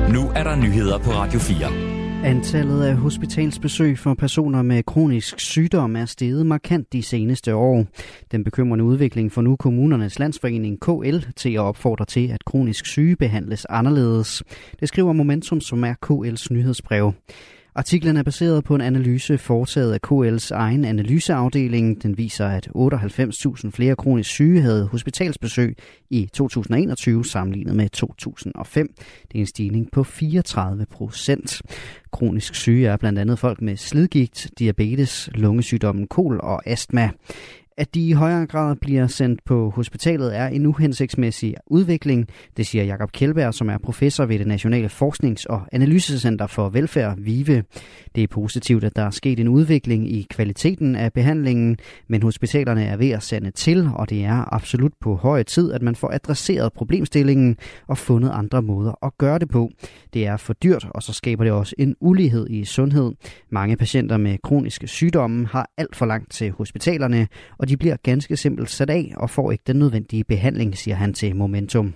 Nu er der nyheder på Radio 4. Antallet af hospitalsbesøg for personer med kronisk sygdom er steget markant de seneste år. Den bekymrende udvikling får nu Kommunernes Landsforening KL til at opfordre til, at kronisk syge behandles anderledes. Det skriver Momentum, som er KL's nyhedsbrev. Artiklen er baseret på en analyse foretaget af KL's egen analyseafdeling. Den viser, at 98.000 flere kronisk syge havde hospitalsbesøg i 2021 sammenlignet med 2005. Det er en stigning på 34%. Kronisk syge er blandt andet folk med slidgigt, diabetes, lungesygdommen kol og astma. At de i højere grad bliver sendt på hospitalet er en uhensigtsmæssig udvikling, det siger Jakob Kjeldberg, som er professor ved det Nationale Forsknings- og Analysecenter for Velfærd, VIVE. Det er positivt, at der er sket en udvikling i kvaliteten af behandlingen, men hospitalerne er ved at sande til, og det er absolut på høje tid, at man får adresseret problemstillingen og fundet andre måder at gøre det på. Det er for dyrt, og så skaber det også en ulighed i sundhed. Mange patienter med kroniske sygdomme har alt for langt til hospitalerne, og de bliver ganske simpelt sat af og får ikke den nødvendige behandling, siger han til Momentum.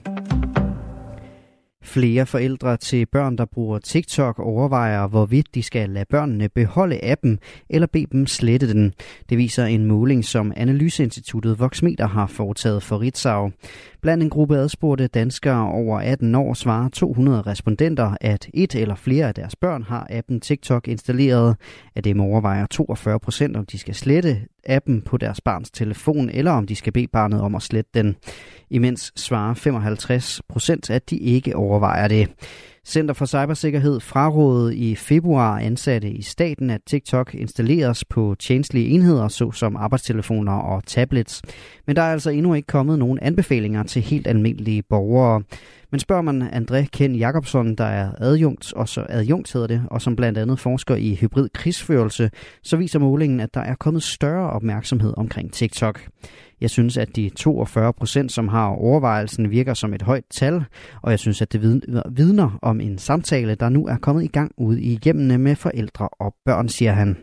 Flere forældre til børn, der bruger TikTok, overvejer, hvorvidt de skal lade børnene beholde appen eller bede dem slette den. Det viser en måling, som Analyseinstituttet Voxmeter har foretaget for Ritzau. Blandt en gruppe adspurgte danskere over 18 år svarer 200 respondenter, at et eller flere af deres børn har appen TikTok installeret. Af dem overvejer 42%, om de skal slette appen på deres barns telefon, eller om de skal bede barnet om at slette den. Imens svarer 55%, at de ikke overvejer det. Center for Cybersikkerhed frarådede i februar ansatte i staten, at TikTok installeres på tjenestlige enheder, såsom arbejdstelefoner og tablets. Men der er altså endnu ikke kommet nogen anbefalinger til helt almindelige borgere. Men spørger man André Ken Jacobsson, der er adjunkt hedder det, og som blandt andet forsker i hybrid krigsførelse, så viser målingen, at der er kommet større opmærksomhed omkring TikTok. Jeg synes, at de 42%, som har overvejelsen, virker som et højt tal, og jeg synes, at det vidner om en samtale, der nu er kommet i gang ude i hjemmene med forældre og børn, siger han.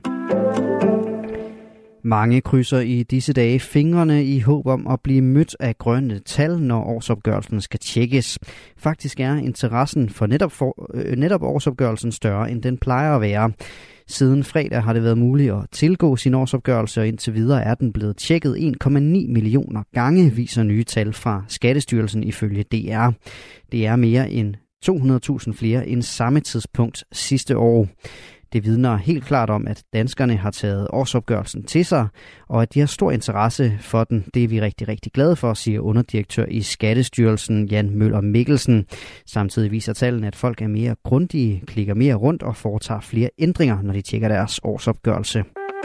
Mange krydser i disse dage fingrene i håb om at blive mødt af grønne tal, når årsopgørelsen skal tjekkes. Faktisk er interessen for netop årsopgørelsen større, end den plejer at være. Siden fredag har det været muligt at tilgå sin årsopgørelse, og indtil videre er den blevet tjekket 1,9 millioner gange, viser nye tal fra Skattestyrelsen ifølge DR. Det er mere end 200.000 flere end samme tidspunkt sidste år. Det vidner helt klart om, at danskerne har taget årsopgørelsen til sig, og at de har stor interesse for den. Det er vi rigtig, rigtig glade for, siger underdirektør i Skattestyrelsen Jan Møller Mikkelsen. Samtidig viser tallene, at folk er mere grundige, klikker mere rundt og foretager flere ændringer, når de tjekker deres årsopgørelse.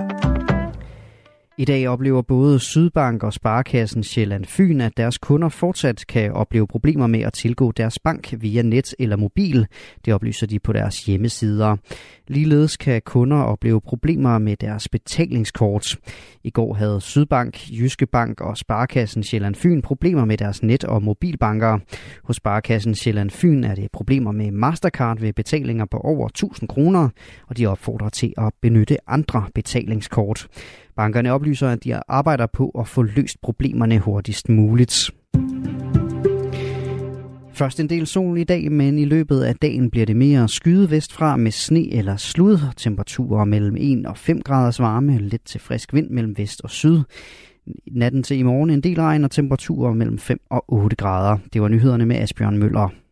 I dag oplever både Sydbank og Sparekassen Sjælland Fyn, at deres kunder fortsat kan opleve problemer med at tilgå deres bank via net eller mobil. Det oplyser de på deres hjemmesider. Ligeledes kan kunder opleve problemer med deres betalingskort. I går havde Sydbank, Jyske Bank og Sparekassen Sjælland Fyn problemer med deres net- og mobilbanker. Hos Sparekassen Sjælland Fyn er det problemer med Mastercard ved betalinger på over 1.000 kroner, og de opfordrer til at benytte andre betalingskort. Bankerne oplyser, at de arbejder på at få løst problemerne hurtigst muligt. Først en del sol i dag, men i løbet af dagen bliver det mere skyet vestfra med sne eller slud. Temperaturer mellem 1 og 5 graders varme, lidt til frisk vind mellem vest og syd. Natten til i morgen en del regn og temperaturer mellem 5 og 8 grader. Det var nyhederne med Asbjørn Møller.